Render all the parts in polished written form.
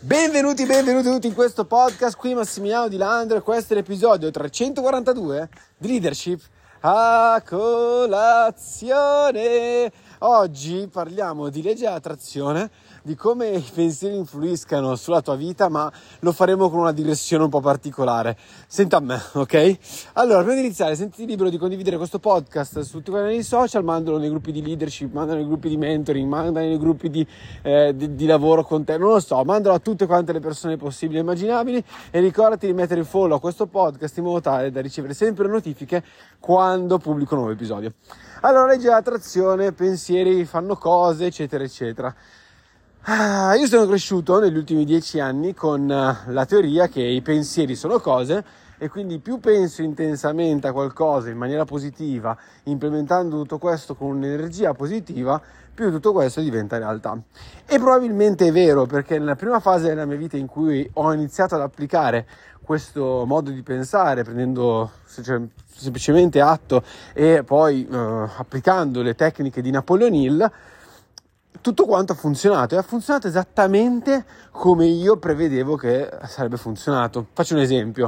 Benvenuti tutti in questo podcast, qui Massimiliano Di Landro e questo è l'episodio 342 di Leadership a colazione. Oggi parliamo di legge dell'attrazione, di come i pensieri influiscano sulla tua vita, ma lo faremo con una direzione un po' particolare. Senta a me, ok? Allora, prima di iniziare, sentiti libero di condividere questo podcast su tutti i canali social, mandalo nei gruppi di leadership, mandalo nei gruppi di mentoring, mandalo nei gruppi di lavoro con te, non lo so, mandalo a tutte quante le persone possibili e immaginabili e ricordati di mettere follow a questo podcast in modo tale da ricevere sempre notifiche quando pubblico un nuovo episodio. Allora, legge dell'attrazione, pensieri fanno cose, eccetera, eccetera. Io sono cresciuto negli ultimi 10 anni con la teoria che i pensieri sono cose e quindi più penso intensamente a qualcosa in maniera positiva, implementando tutto questo con un'energia positiva, più tutto questo diventa realtà. E probabilmente è vero, perché nella prima fase della mia vita in cui ho iniziato ad applicare questo modo di pensare, prendendo semplicemente atto e poi applicando le tecniche di Napoleon Hill, tutto quanto ha funzionato e ha funzionato esattamente come io prevedevo che sarebbe funzionato. Faccio un esempio: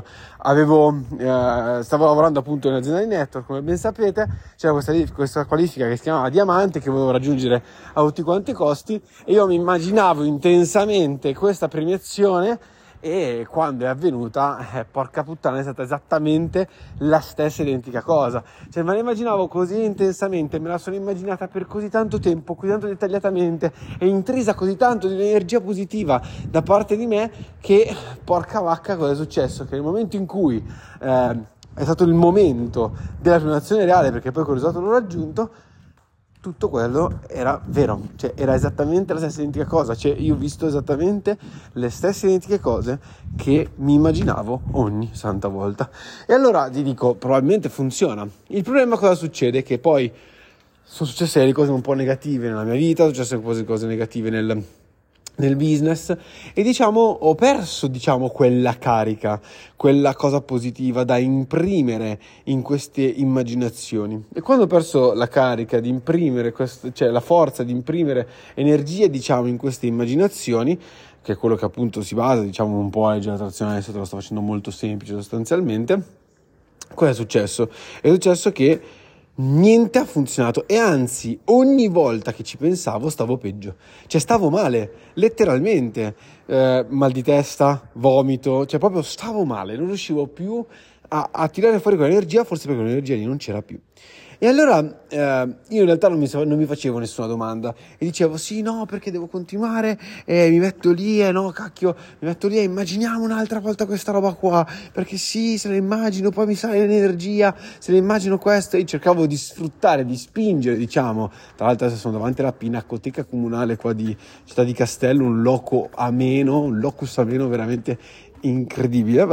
stavo lavorando appunto in un'azienda di network, come ben sapete, c'era questa qualifica che si chiamava diamante, che volevo raggiungere a tutti quanti i costi, e io mi immaginavo intensamente questa premiazione. E quando è avvenuta, porca puttana, è stata esattamente la stessa identica cosa. Cioè, me la immaginavo così intensamente, me la sono immaginata per così tanto tempo, così tanto dettagliatamente e intrisa così tanto di energia positiva da parte di me, che porca vacca, cosa è successo? Che nel momento in cui è stato il momento della premiazione reale, perché poi quel risultato l'ho raggiunto, tutto quello era vero, cioè era esattamente la stessa identica cosa, cioè io ho visto esattamente le stesse identiche cose che mi immaginavo ogni santa volta. E allora ti dico, probabilmente funziona. Il problema cosa succede? Che poi sono successe delle cose un po' negative nella mia vita, sono successe cose negative nel business e ho perso quella carica, quella cosa positiva da imprimere in queste immaginazioni. E quando ho perso la carica di imprimere la forza di imprimere energia in queste immaginazioni, che è quello che appunto si basa un po' alla legge dell'attrazione, adesso te lo sto facendo molto semplice sostanzialmente, cosa è successo? È successo che niente ha funzionato e anzi ogni volta che ci pensavo stavo peggio, cioè stavo male, letteralmente, mal di testa, vomito, cioè proprio stavo male, non riuscivo più a tirare fuori quell'energia, forse perché l'energia lì non c'era più. E allora io in realtà non mi facevo nessuna domanda e dicevo sì, no, perché devo continuare, mi metto lì mi metto lì e immaginiamo un'altra volta questa roba qua, perché sì, se la immagino poi mi sale l'energia, se la immagino questo, e cercavo di sfruttare, di spingere, tra l'altro adesso sono davanti alla Pinacoteca Comunale qua di Città di Castello, un locus ameno veramente incredibile.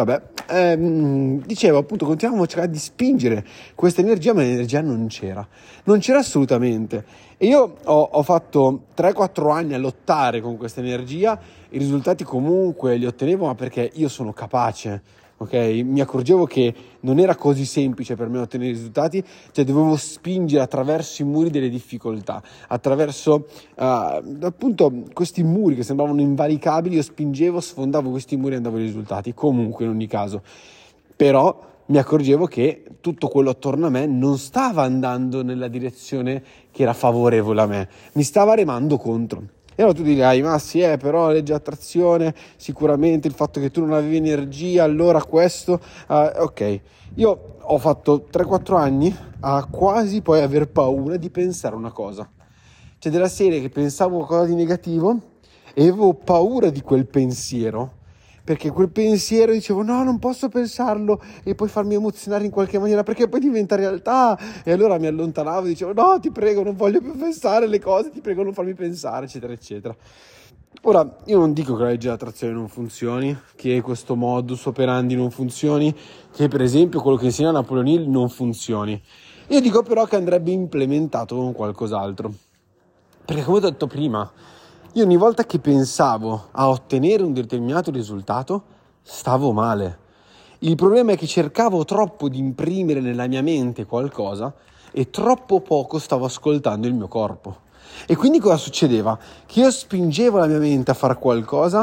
Dicevo appunto, continuavamo a cercare di spingere questa energia, ma l'energia non c'era assolutamente, e io ho fatto 3-4 anni a lottare con questa energia. I risultati comunque li ottenevo, ma perché io sono capace, ok? Mi accorgevo che non era così semplice per me ottenere i risultati, cioè dovevo spingere attraverso i muri delle difficoltà, attraverso appunto questi muri che sembravano invalicabili. Io spingevo, sfondavo questi muri e andavo ai risultati, comunque in ogni caso. Però mi accorgevo che tutto quello attorno a me non stava andando nella direzione che era favorevole a me, mi stava remando contro. E allora tu dirai, ma sì, però legge attrazione, sicuramente il fatto che tu non avevi energia, allora questo, ok. Io ho fatto 3-4 anni a quasi poi aver paura di pensare una cosa, cioè della serie che pensavo qualcosa di negativo e avevo paura di quel pensiero, perché quel pensiero dicevo no, non posso pensarlo e poi farmi emozionare in qualche maniera perché poi diventa realtà, e allora mi allontanavo e dicevo no, ti prego, non voglio più pensare le cose, ti prego, non farmi pensare, eccetera eccetera. Ora, io non dico che la legge dell'attrazione non funzioni, che questo modus operandi non funzioni, che per esempio quello che insegna Napoleon Hill non funzioni. Io dico però che andrebbe implementato con qualcos'altro, perché come ho detto prima, io ogni volta che pensavo a ottenere un determinato risultato stavo male. Il problema è che cercavo troppo di imprimere nella mia mente qualcosa e troppo poco stavo ascoltando il mio corpo. E quindi cosa succedeva? Che io spingevo la mia mente a fare qualcosa,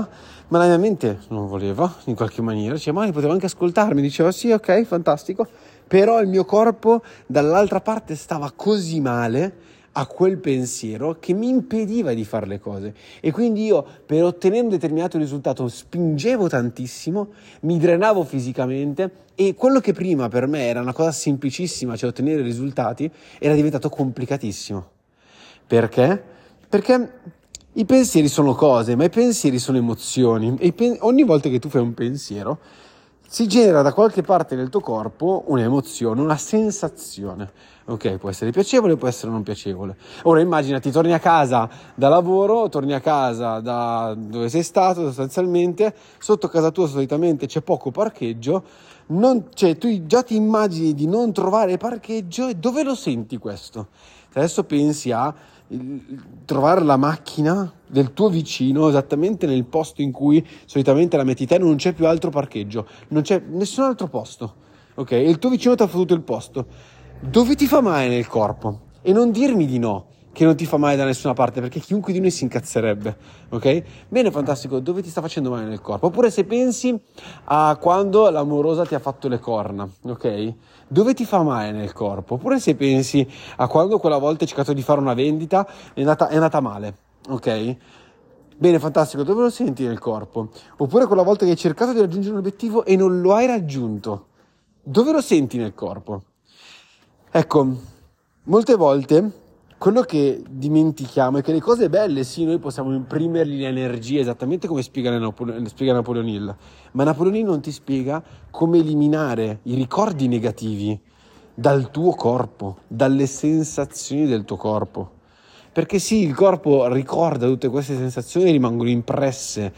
Ma la mia mente non voleva, in qualche maniera, diceva, ma poteva anche ascoltarmi, diceva sì, ok, fantastico, però il mio corpo dall'altra parte stava così male a quel pensiero che mi impediva di fare le cose, e quindi io, per ottenere un determinato risultato, spingevo tantissimo, mi drenavo fisicamente, e quello che prima per me era una cosa semplicissima, cioè ottenere risultati, era diventato complicatissimo. Perché? Perché i pensieri sono cose, ma i pensieri sono emozioni, e ogni volta che tu fai un pensiero si genera da qualche parte nel tuo corpo un'emozione, una sensazione. Ok, può essere piacevole, può essere non piacevole. Ora immaginati, torni a casa da lavoro, torni a casa da dove sei stato sostanzialmente, sotto casa tua solitamente c'è poco parcheggio, tu già ti immagini di non trovare parcheggio, e dove lo senti questo? Adesso pensi a trovare la macchina del tuo vicino esattamente nel posto in cui solitamente la metti te, non c'è più altro parcheggio, non c'è nessun altro posto, ok? E il tuo vicino ti ha fottuto il posto. Dove ti fa male nel corpo? E non dirmi di no, che non ti fa male da nessuna parte, perché chiunque di noi si incazzerebbe, ok? Bene, fantastico, dove ti sta facendo male nel corpo? Oppure se pensi a quando l'amorosa ti ha fatto le corna, ok? Dove ti fa male nel corpo? Oppure se pensi a quando quella volta hai cercato di fare una vendita è andata male, ok? Bene, fantastico, dove lo senti nel corpo? Oppure quella volta che hai cercato di raggiungere un obiettivo e non lo hai raggiunto, dove lo senti nel corpo? Ecco, molte volte quello che dimentichiamo è che le cose belle, sì, noi possiamo imprimergli l'energia, esattamente come spiega Napoleon Hill, ma Napoleon Hill non ti spiega come eliminare i ricordi negativi dal tuo corpo, dalle sensazioni del tuo corpo. Perché sì, il corpo ricorda tutte queste sensazioni, rimangono impresse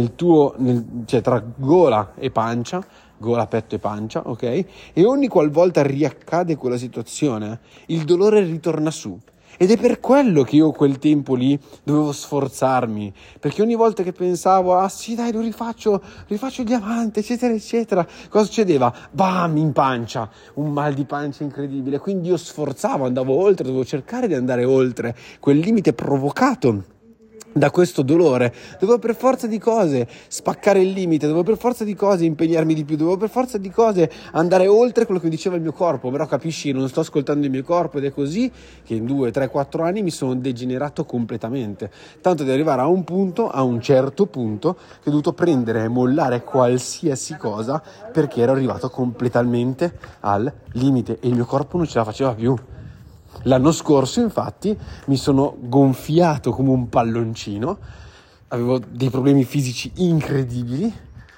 cioè tra gola, petto e pancia, ok? E ogni qualvolta riaccade quella situazione, il dolore ritorna su. Ed è per quello che io quel tempo lì dovevo sforzarmi, perché ogni volta che pensavo, ah sì dai, lo rifaccio il diamante, eccetera, eccetera, cosa succedeva? Bam, in pancia, un mal di pancia incredibile. Quindi io sforzavo, andavo oltre, dovevo cercare di andare oltre quel limite provocato da questo dolore, dovevo per forza di cose spaccare il limite, dovevo per forza di cose impegnarmi di più, dovevo per forza di cose andare oltre quello che mi diceva il mio corpo. Però capisci, non sto ascoltando il mio corpo, ed è così che in 2, 3, 4 anni mi sono degenerato completamente, tanto di arrivare a un certo punto che ho dovuto prendere e mollare qualsiasi cosa, perché ero arrivato completamente al limite e il mio corpo non ce la faceva più. L'anno scorso, infatti, mi sono gonfiato come un palloncino, avevo dei problemi fisici incredibili,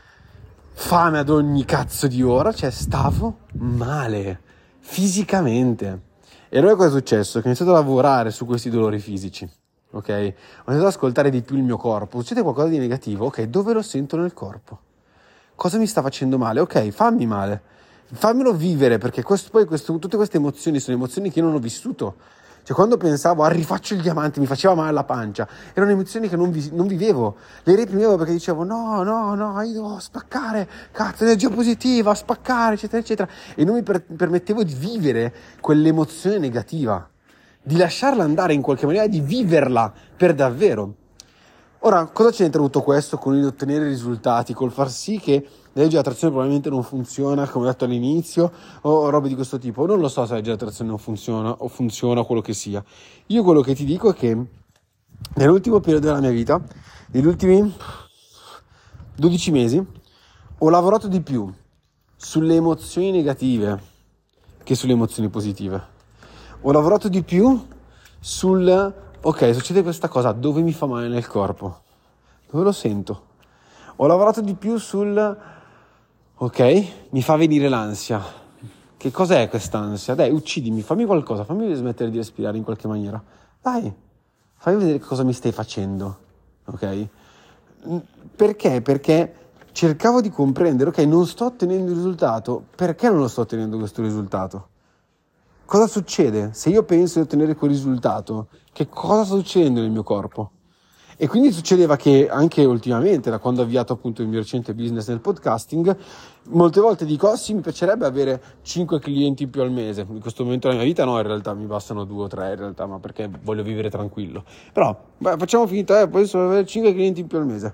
fame ad ogni cazzo di ora, cioè stavo male, fisicamente. E allora cosa è successo? Che ho iniziato a lavorare su questi dolori fisici, ok? Ho iniziato ad ascoltare di più il mio corpo. Succede qualcosa di negativo, ok, dove lo sento nel corpo? Cosa mi sta facendo male? Ok, fammi male. Fammelo vivere, perché tutte queste emozioni sono emozioni che io non ho vissuto. Cioè, quando pensavo rifaccio il diamante, mi faceva male la pancia, erano emozioni che non vivevo. Le reprimevo perché dicevo no, io devo spaccare, cazzo, energia positiva, spaccare, eccetera, eccetera. E non mi permettevo di vivere quell'emozione negativa, di lasciarla andare in qualche maniera, di viverla per davvero. Ora, cosa c'entra tutto questo con il ottenere risultati, col far sì che la legge dell'attrazione probabilmente non funziona, come ho detto all'inizio, o robe di questo tipo? Non lo so se la legge dell'attrazione non funziona o funziona, quello che sia. Io quello che ti dico è che nell'ultimo periodo della mia vita, negli ultimi 12 mesi, ho lavorato di più sulle emozioni negative che sulle emozioni positive. Ho lavorato di più ok, succede questa cosa, dove mi fa male nel corpo? Dove lo sento? Ho lavorato di più ok, mi fa venire l'ansia. Che cos'è quest'ansia? Dai, uccidimi, fammi qualcosa, fammi smettere di respirare in qualche maniera. Dai, fammi vedere cosa mi stai facendo, ok? Perché? Perché cercavo di comprendere, ok, non sto ottenendo il risultato, perché non lo sto ottenendo questo risultato? Cosa succede? Se io penso di ottenere quel risultato, che cosa sta succedendo nel mio corpo? E quindi succedeva che anche ultimamente, da quando ho avviato appunto il mio recente business nel podcasting, molte volte dico, sì, mi piacerebbe avere 5 clienti in più al mese. In questo momento della mia vita no, in realtà mi bastano 2 o 3 in realtà, ma perché voglio vivere tranquillo. Però, facciamo finta, penso avere 5 clienti in più al mese.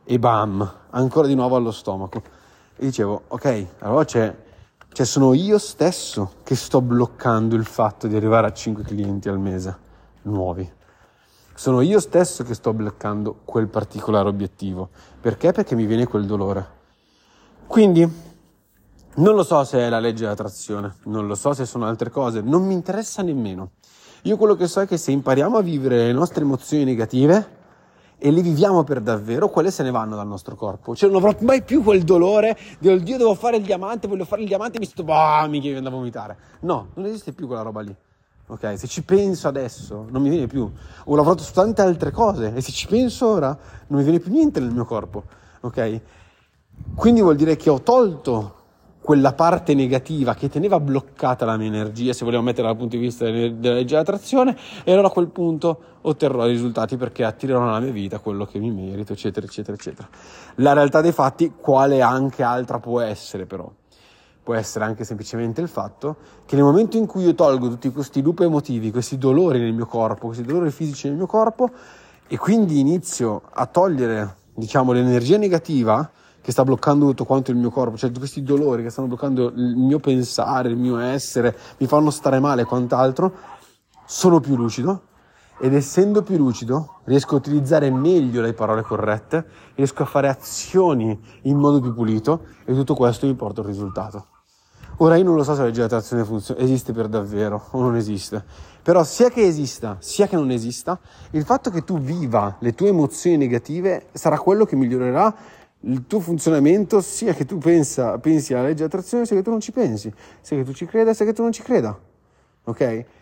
e bam, ancora di nuovo allo stomaco. E dicevo, ok, allora sono io stesso che sto bloccando il fatto di arrivare a 5 clienti al mese nuovi. Sono io stesso che sto bloccando quel particolare obiettivo. Perché? Perché mi viene quel dolore. Quindi non lo so se è la legge dell'attrazione, non lo so se sono altre cose, non mi interessa nemmeno. Io quello che so è che se impariamo a vivere le nostre emozioni negative e le viviamo per davvero, quelle se ne vanno dal nostro corpo. Cioè non avrò mai più quel dolore di oddio devo fare il diamante, voglio fare il diamante e mi viene da vomitare. No, non esiste più quella roba lì. Ok, se ci penso adesso non mi viene più. Ho lavorato su tante altre cose e se ci penso ora non mi viene più niente nel mio corpo. Ok? Quindi vuol dire che ho tolto quella parte negativa che teneva bloccata la mia energia, se vogliamo metterla dal punto di vista della legge dell'attrazione, e allora a quel punto otterrò i risultati perché attirerò nella mia vita quello che mi merito, eccetera, eccetera, eccetera. La realtà dei fatti, quale anche altra può essere però? Può essere anche semplicemente il fatto che nel momento in cui io tolgo tutti questi loop emotivi, questi dolori nel mio corpo, questi dolori fisici nel mio corpo, e quindi inizio a togliere, diciamo, l'energia negativa che sta bloccando tutto quanto il mio corpo, cioè questi dolori che stanno bloccando il mio pensare, il mio essere, mi fanno stare male e quant'altro, sono più lucido, ed essendo più lucido riesco a utilizzare meglio le parole corrette, riesco a fare azioni in modo più pulito e tutto questo mi porta al risultato. Ora io non lo so se la legge dell'attrazione esiste per davvero o non esiste, però sia che esista sia che non esista, il fatto che tu viva le tue emozioni negative sarà quello che migliorerà il tuo funzionamento, sia che tu pensi alla legge dell'attrazione, sia che tu non ci pensi, sia che tu ci creda, sia che tu non ci creda. Ok?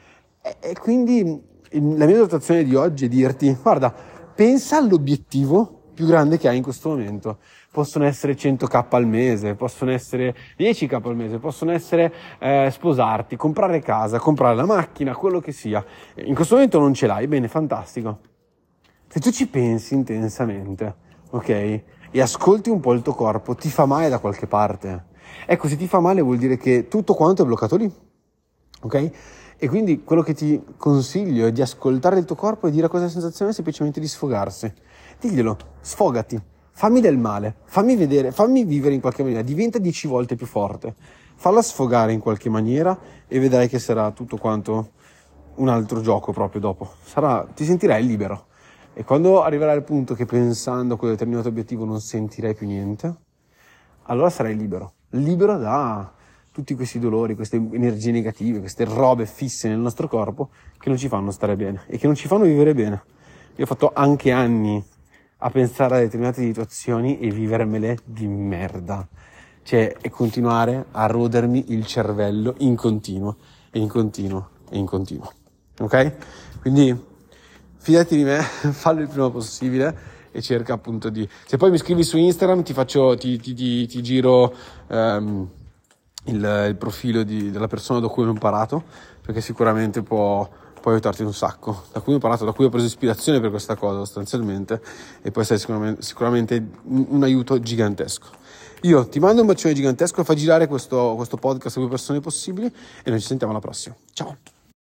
E quindi la mia dotazione di oggi è dirti, guarda, pensa all'obiettivo più grande che hai in questo momento. Possono essere 100k al mese, possono essere 10k al mese, possono essere sposarti, comprare casa, comprare la macchina, quello che sia. In questo momento non ce l'hai, bene, fantastico. Se tu ci pensi intensamente, ok, e ascolti un po' il tuo corpo, ti fa male da qualche parte. Ecco, se ti fa male vuol dire che tutto quanto è bloccato lì, ok? E quindi quello che ti consiglio è di ascoltare il tuo corpo e dire a questa sensazione semplicemente di sfogarsi. Diglielo, sfogati, fammi del male, fammi vedere, fammi vivere in qualche maniera, diventa 10 volte più forte, falla sfogare in qualche maniera e vedrai che sarà tutto quanto un altro gioco proprio dopo. Ti sentirai libero. E quando arriverai al punto che pensando a quel determinato obiettivo non sentirai più niente, allora sarai libero da tutti questi dolori, queste energie negative, queste robe fisse nel nostro corpo che non ci fanno stare bene e che non ci fanno vivere bene. Io ho fatto anche anni a pensare a determinate situazioni e vivermele di merda, cioè e continuare a rodermi il cervello in continuo, ok? Quindi fidati di me, fallo il prima possibile e cerca appunto di... Se poi mi scrivi su Instagram ti giro il profilo della persona da cui ho imparato, perché sicuramente può aiutarti un sacco, da cui ho imparato, da cui ho preso ispirazione per questa cosa sostanzialmente, e poi sei sicuramente un aiuto gigantesco. Io ti mando un bacione gigantesco, fai girare questo podcast a più persone possibili e noi ci sentiamo alla prossima. Ciao!